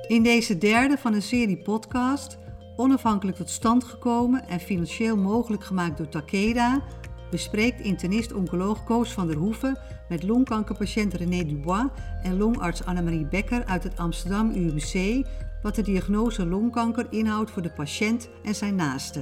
In deze derde van een serie podcast, onafhankelijk tot stand gekomen en financieel mogelijk gemaakt door Takeda, bespreekt internist-oncoloog Koos van der Hoeven met longkankerpatiënt René Dubois en longarts Annemarie Bekker uit het Amsterdam UMC wat de diagnose longkanker inhoudt voor de patiënt en zijn naasten.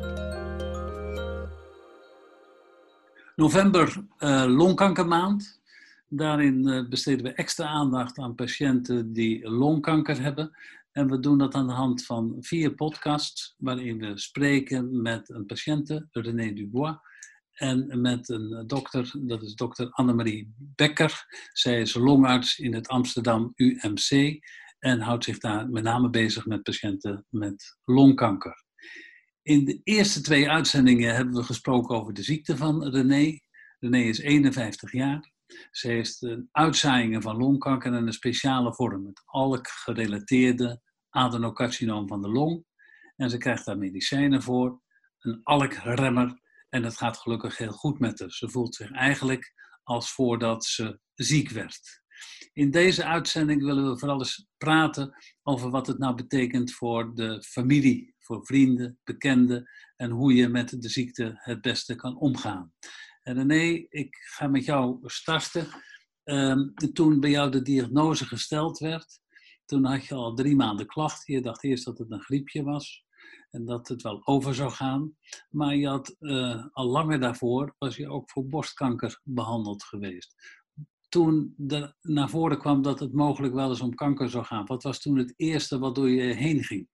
November, longkankermaand. Daarin besteden we extra aandacht aan patiënten die longkanker hebben. En we doen dat aan de hand van 4 podcasts, waarin we spreken met een patiënte, René Dubois, en met een dokter, dat is dokter Annemarie Bekker. Zij is longarts in het Amsterdam UMC en houdt zich daar met name bezig met patiënten met longkanker. In de eerste 2 uitzendingen hebben we gesproken over de ziekte van René. René is 51 jaar. Ze heeft uitzaaiingen van longkanker en een speciale vorm, het ALK-gerelateerde adenocarcinoom van de long. En ze krijgt daar medicijnen voor, een ALK-remmer, en het gaat gelukkig heel goed met haar. Ze voelt zich eigenlijk als voordat ze ziek werd. In deze uitzending willen we vooral eens praten over wat het nou betekent voor de familie, voor vrienden, bekenden en hoe je met de ziekte het beste kan omgaan. En René, ik ga met jou starten. Toen bij jou de diagnose gesteld werd, toen had je al 3 maanden klachten. Je dacht eerst dat het een griepje was en dat het wel over zou gaan. Maar je had al langer daarvoor, was je ook voor borstkanker behandeld geweest. Toen er naar voren kwam dat het mogelijk wel eens om kanker zou gaan, wat was toen het eerste wat door je heen ging?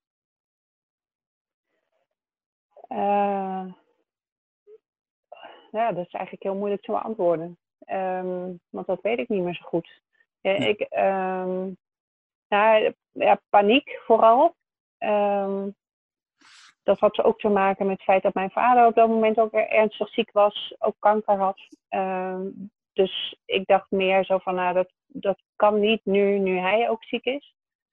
Ja, dat is eigenlijk heel moeilijk te beantwoorden. Want dat weet ik niet meer zo goed. Paniek vooral. Dat had ook te maken met het feit dat mijn vader op dat moment ook ernstig ziek was, ook kanker had. Dus ik dacht meer zo van, dat kan niet nu hij ook ziek is.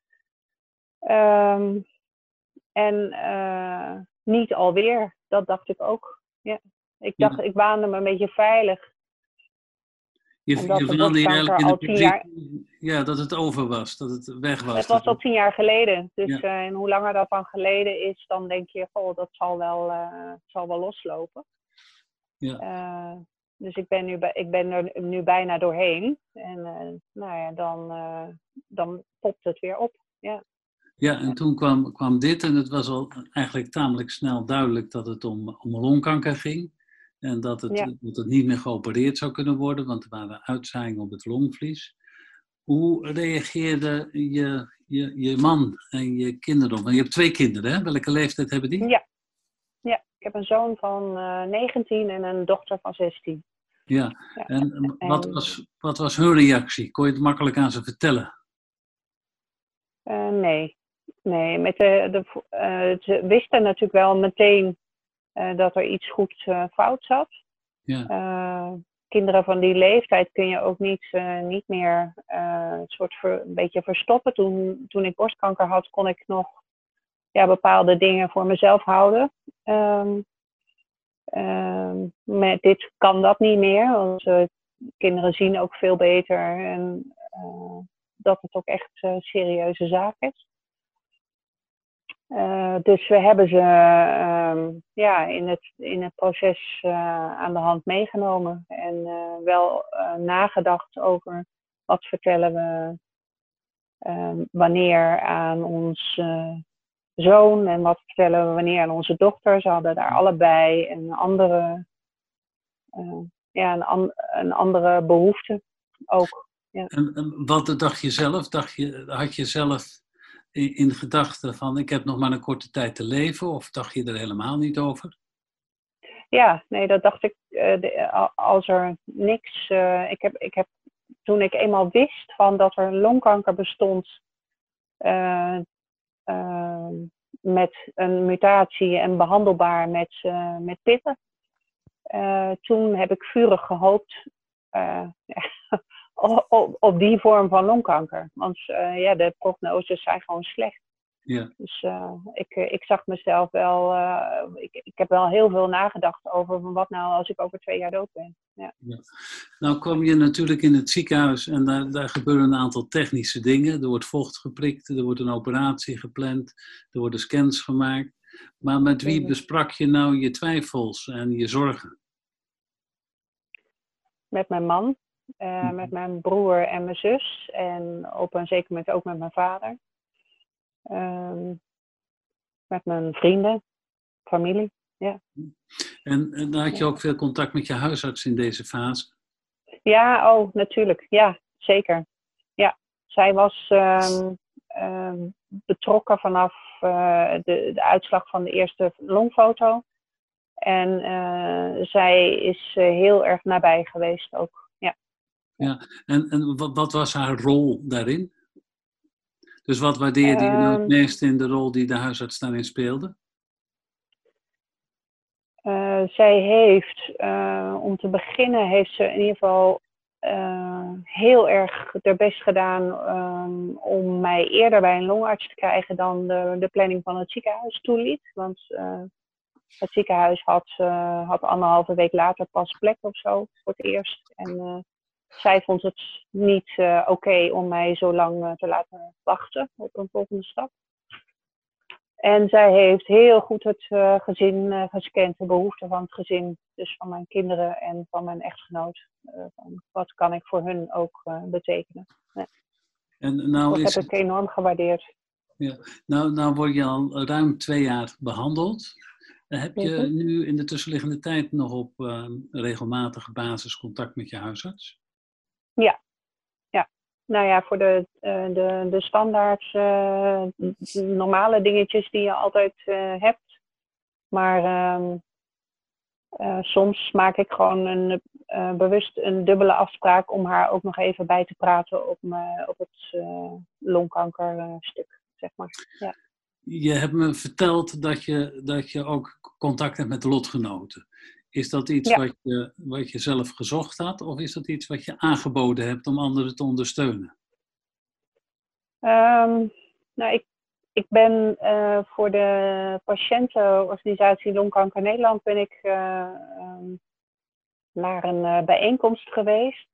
Niet alweer, dat dacht ik ook. Ja. Ik waande me een beetje veilig. Je waande je eigenlijk in de publiek, dat het over was, dat het weg was. Het was al 10 jaar geleden. Dus en hoe langer dat dan geleden is, dan denk je, dat zal wel loslopen. Ja. Dus ik ben er nu bijna doorheen. En dan popt het weer op. Ja. Ja, en toen kwam dit en het was al eigenlijk tamelijk snel duidelijk dat het om longkanker ging. En dat het niet meer geopereerd zou kunnen worden, want er waren uitzaaiingen op het longvlies. Hoe reageerde je man en je kinderen op? Want je hebt 2 kinderen, hè? Welke leeftijd hebben die? Ja, ik heb een zoon van 19 en een dochter van 16. Ja, en wat was hun reactie? Kon je het makkelijk aan ze vertellen? Nee. Ze wisten natuurlijk wel meteen dat er iets goed fout zat. Ja. Kinderen van die leeftijd kun je ook niet meer een beetje verstoppen. Toen ik borstkanker had, kon ik nog bepaalde dingen voor mezelf houden. Met dit kan dat niet meer, want kinderen zien ook veel beter en dat het ook echt serieuze zaak is. Dus we hebben ze in het proces aan de hand meegenomen en wel nagedacht over wat vertellen we wanneer aan ons zoon en wat vertellen we wanneer aan onze dochter. Ze hadden daar allebei een andere behoefte ook. Ja. En wat dacht je zelf? Had je zelf in gedachten van ik heb nog maar een korte tijd te leven, of dacht je er helemaal niet over? Ja, nee, dat dacht ik. Als er niks. Ik heb toen ik eenmaal wist van dat er longkanker bestond met een mutatie en behandelbaar met pitten. Toen heb ik vurig gehoopt op die vorm van longkanker. Want de prognoses zijn gewoon slecht. Ja. Dus ik zag mezelf wel, ik heb wel heel veel nagedacht over wat nou als ik over 2 jaar dood ben. Ja. Ja. Nou kwam je natuurlijk in het ziekenhuis en daar gebeuren een aantal technische dingen. Er wordt vocht geprikt, er wordt een operatie gepland, er worden scans gemaakt. Maar met wie besprak je nou je twijfels en je zorgen? Met mijn man, met mijn broer en mijn zus en op een zeker moment ook met mijn vader. Met mijn vrienden, familie, ja. En dan had je ook veel contact met je huisarts in deze fase? Ja, natuurlijk. Ja, zeker. Ja, zij was betrokken vanaf de uitslag van de eerste longfoto. En zij is heel erg nabij geweest ook. Ja. Ja. En wat was haar rol daarin? Dus wat waardeerde je nou het meest in de rol die de huisarts daarin speelde? Zij heeft, om te beginnen, heeft ze in ieder geval heel erg haar best gedaan om mij eerder bij een longarts te krijgen dan de planning van het ziekenhuis toeliet. Want het ziekenhuis had 1,5 week later pas plek of zo voor het eerst. En zij vond het niet oké om mij zo lang te laten wachten op een volgende stap. En zij heeft heel goed het gezin gescand, de behoeften van het gezin. Dus van mijn kinderen en van mijn echtgenoot. Wat kan ik voor hun ook betekenen. Ja. En nou dat heb ik enorm gewaardeerd. Ja. Nou word je al ruim 2 jaar behandeld. Heb je nu in de tussenliggende tijd nog op regelmatige basis contact met je huisarts? Ja. Nou ja, voor de standaard normale dingetjes die je altijd hebt. Maar soms maak ik gewoon bewust een dubbele afspraak om haar ook nog even bij te praten op het longkankerstuk, zeg maar. Ja. Je hebt me verteld dat je ook contact hebt met lotgenoten. Is dat iets wat je zelf gezocht had of is dat iets wat je aangeboden hebt om anderen te ondersteunen? Nou, ik ben voor de patiëntenorganisatie Longkanker Nederland ben ik naar een bijeenkomst geweest.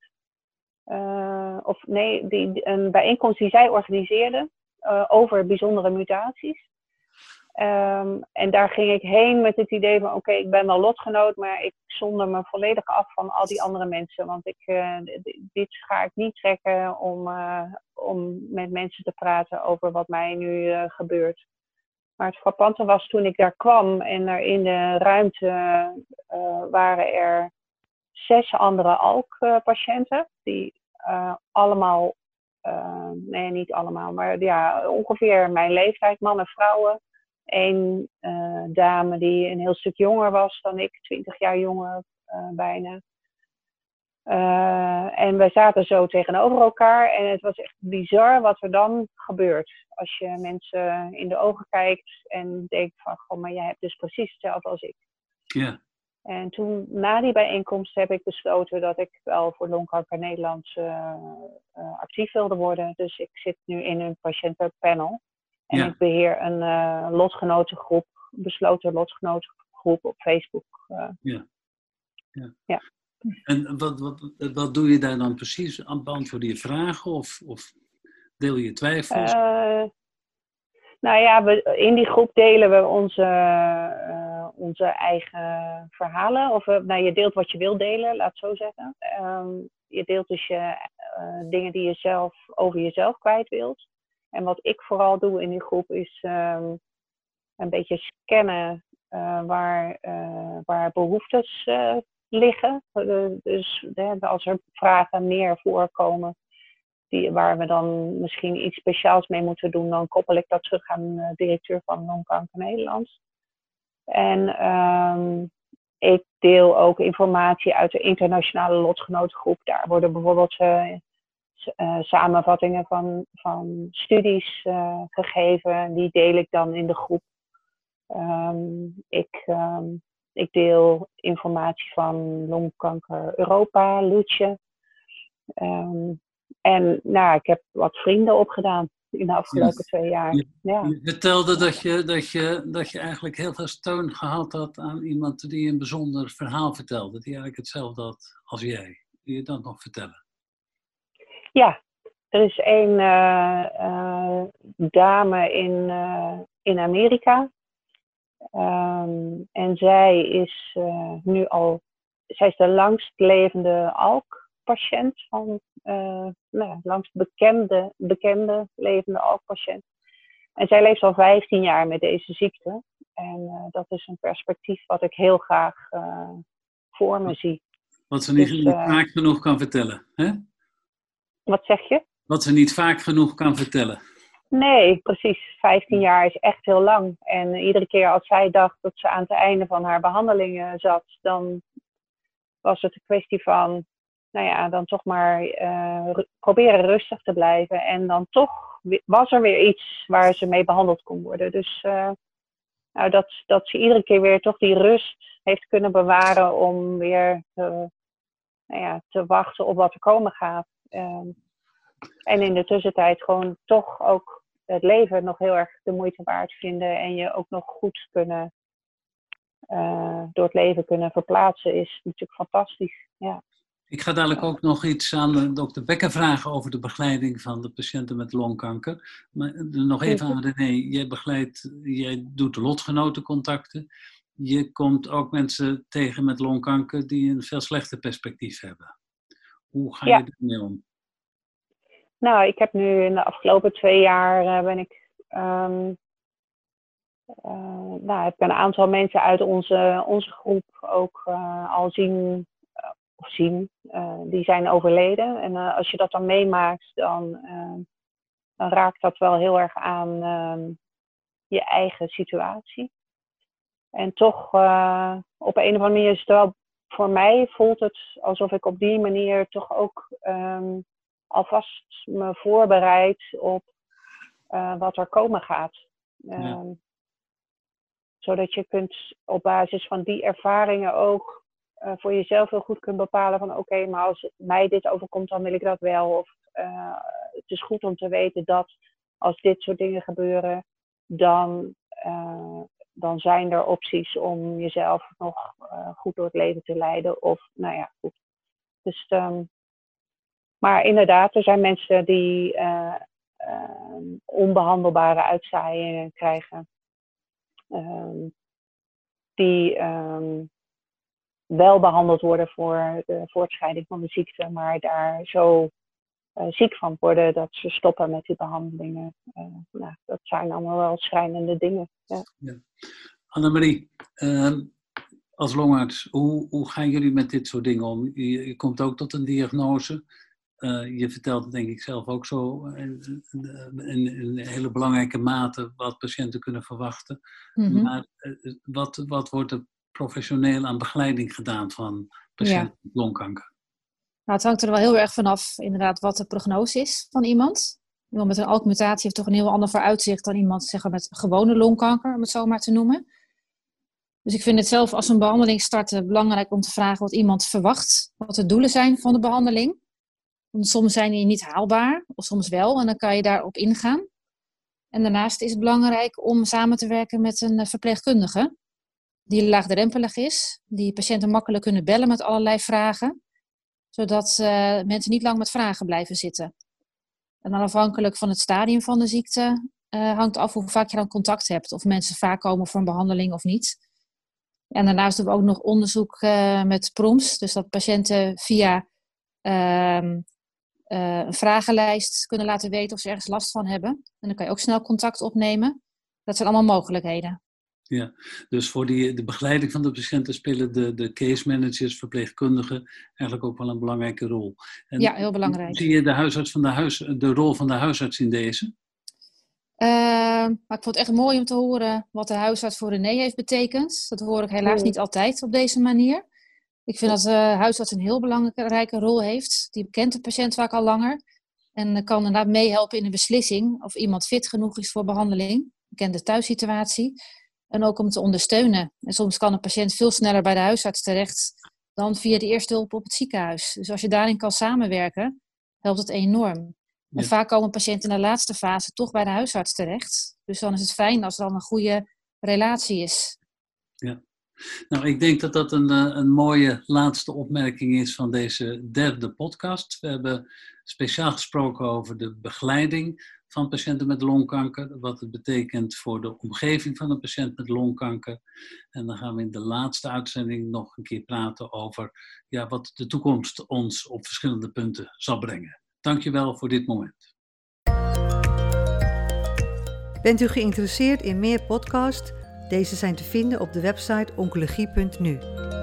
Een bijeenkomst die zij organiseerde over bijzondere mutaties. En daar ging ik heen met het idee van oké, ik ben wel lotgenoot, maar ik zonder me volledig af van al die andere mensen. Want dit ga ik niet trekken om met mensen te praten over wat mij nu gebeurt. Maar het frappante was toen ik daar kwam en er in de ruimte waren er 6 andere ALK-patiënten. Die allemaal, nee niet allemaal, maar ja, ongeveer mijn leeftijd, mannen en vrouwen. 1 dame die een heel stuk jonger was dan ik, 20 jaar jonger bijna. En wij zaten zo tegenover elkaar en het was echt bizar wat er dan gebeurt. Als je mensen in de ogen kijkt en denkt van, goh, maar jij hebt dus precies hetzelfde als ik. Ja. En toen, na die bijeenkomst, heb ik besloten dat ik wel voor Longkanker Nederland actief wilde worden. Dus ik zit nu in een patiëntenpanel. En ik beheer een lotgenotengroep, besloten lotgenotengroep op Facebook. Ja. En wat doe je daar dan precies? Beantwoord je vragen of deel je twijfels? Nou ja, in die groep delen we onze eigen verhalen. Of je deelt wat je wil delen, laat het zo zeggen. Je deelt dus dingen die je zelf over jezelf kwijt wilt. En wat ik vooral doe in die groep is een beetje scannen waar behoeftes liggen. Dus als er vragen meer voorkomen waar we dan misschien iets speciaals mee moeten doen, dan koppel ik dat terug aan de directeur van Longkanker Nederland. En ik deel ook informatie uit de internationale lotgenotengroep. Daar worden bijvoorbeeld samenvattingen van studies gegeven. Die deel ik dan in de groep. Ik deel informatie van Longkanker Europa, Loetje. En ik heb wat vrienden opgedaan. in de afgelopen 2 jaar. Je vertelde dat je eigenlijk heel veel steun gehad had aan iemand die een bijzonder verhaal vertelde. Die eigenlijk hetzelfde had als jij. Wil je dat nog vertellen? Ja, er is een dame in Amerika. En zij is zij is de langstlevende ALK-patiënt langst bekende levende ALK-patiënt. En zij leeft al 15 jaar met deze ziekte. En dat is een perspectief wat ik heel graag voor me zie. Wat ze niet vaak genoeg kan vertellen, hè? Wat zeg je? Wat ze niet vaak genoeg kan vertellen. Nee, precies. 15 jaar is echt heel lang. En iedere keer als zij dacht dat ze aan het einde van haar behandelingen zat, dan was het een kwestie van, dan toch maar proberen rustig te blijven. En dan toch was er weer iets waar ze mee behandeld kon worden. Dus dat ze iedere keer weer toch die rust heeft kunnen bewaren om weer te wachten op wat er komen gaat. En in de tussentijd gewoon toch ook het leven nog heel erg de moeite waard vinden. En je ook nog goed kunnen door het leven kunnen verplaatsen is natuurlijk fantastisch. Ja. Ik ga dadelijk ook nog iets aan dokter Becker vragen over de begeleiding van de patiënten met longkanker. Maar nog even aan René. Jij doet lotgenotencontacten. Je komt ook mensen tegen met longkanker die een veel slechter perspectief hebben. Hoe ga je daarmee om? Nou, ik heb nu in de afgelopen 2 jaar heb ik een aantal mensen uit onze groep ook al zien. Die zijn overleden. En als je dat dan meemaakt, dan raakt dat wel heel erg aan je eigen situatie. En toch, op een of andere manier is het wel, voor mij voelt het alsof ik op die manier toch ook alvast me voorbereid op wat er komen gaat. Zodat je kunt op basis van die ervaringen ook voor jezelf heel goed kunt bepalen van oké, maar als mij dit overkomt, dan wil ik dat wel. Of het is goed om te weten dat als dit soort dingen gebeuren, dan zijn er opties om jezelf nog goed door het leven te leiden. Of goed. Dus, maar inderdaad, er zijn mensen die onbehandelbare uitzaaiingen krijgen. Die wel behandeld worden voor de voortschrijding van de ziekte, maar daar zo ziek van worden dat ze stoppen met die behandelingen. Dat zijn allemaal wel schrijnende dingen. Ja. Ja. Annemarie, als longarts, hoe gaan jullie met dit soort dingen om? Je komt ook tot een diagnose. Je vertelt denk ik zelf ook zo in een hele belangrijke mate wat patiënten kunnen verwachten. Mm-hmm. Maar wat wordt er professioneel aan begeleiding gedaan van patiënten met longkanker? Nou, het hangt er wel heel erg vanaf inderdaad wat de prognose is van iemand. Iemand met een ALK-mutatie heeft toch een heel ander vooruitzicht dan iemand zeg maar, met gewone longkanker, om het zo maar te noemen. Dus ik vind het zelf als een behandeling starten belangrijk om te vragen wat iemand verwacht. Wat de doelen zijn van de behandeling. Want soms zijn die niet haalbaar, of soms wel. En dan kan je daarop ingaan. En daarnaast is het belangrijk om samen te werken met een verpleegkundige. Die laagdrempelig is. Die patiënten makkelijk kunnen bellen met allerlei vragen. Zodat mensen niet lang met vragen blijven zitten. En dan afhankelijk van het stadium van de ziekte hangt af hoe vaak je dan contact hebt. Of mensen vaak komen voor een behandeling of niet. En daarnaast doen we ook nog onderzoek met PROMS. Dus dat patiënten via een vragenlijst kunnen laten weten of ze ergens last van hebben. En dan kan je ook snel contact opnemen. Dat zijn allemaal mogelijkheden. Ja, dus voor de begeleiding van de patiënten spelen de case managers, verpleegkundigen eigenlijk ook wel een belangrijke rol. En ja, heel belangrijk. Zie je de rol van de huisarts in deze? Maar ik vond het echt mooi om te horen wat de huisarts voor René heeft betekend. Dat hoor ik helaas niet altijd op deze manier. Ik vind dat de huisarts een heel belangrijke rol heeft. Die kent de patiënt vaak al langer. En kan inderdaad meehelpen in de beslissing of iemand fit genoeg is voor behandeling. Kent de thuissituatie. En ook om te ondersteunen. En soms kan een patiënt veel sneller bij de huisarts terecht dan via de eerste hulp op het ziekenhuis. Dus als je daarin kan samenwerken, helpt het enorm. En vaak komen patiënten in de laatste fase toch bij de huisarts terecht. Dus dan is het fijn als er dan een goede relatie is. Ja. Nou, ik denk dat dat een mooie laatste opmerking is van deze 3e podcast. We hebben speciaal gesproken over de begeleiding van patiënten met longkanker. Wat het betekent voor de omgeving van een patiënt met longkanker. En dan gaan we in de laatste uitzending nog een keer praten over wat de toekomst ons op verschillende punten zal brengen. Dankjewel voor dit moment. Bent u geïnteresseerd in meer podcasts? Deze zijn te vinden op de website oncologie.nu.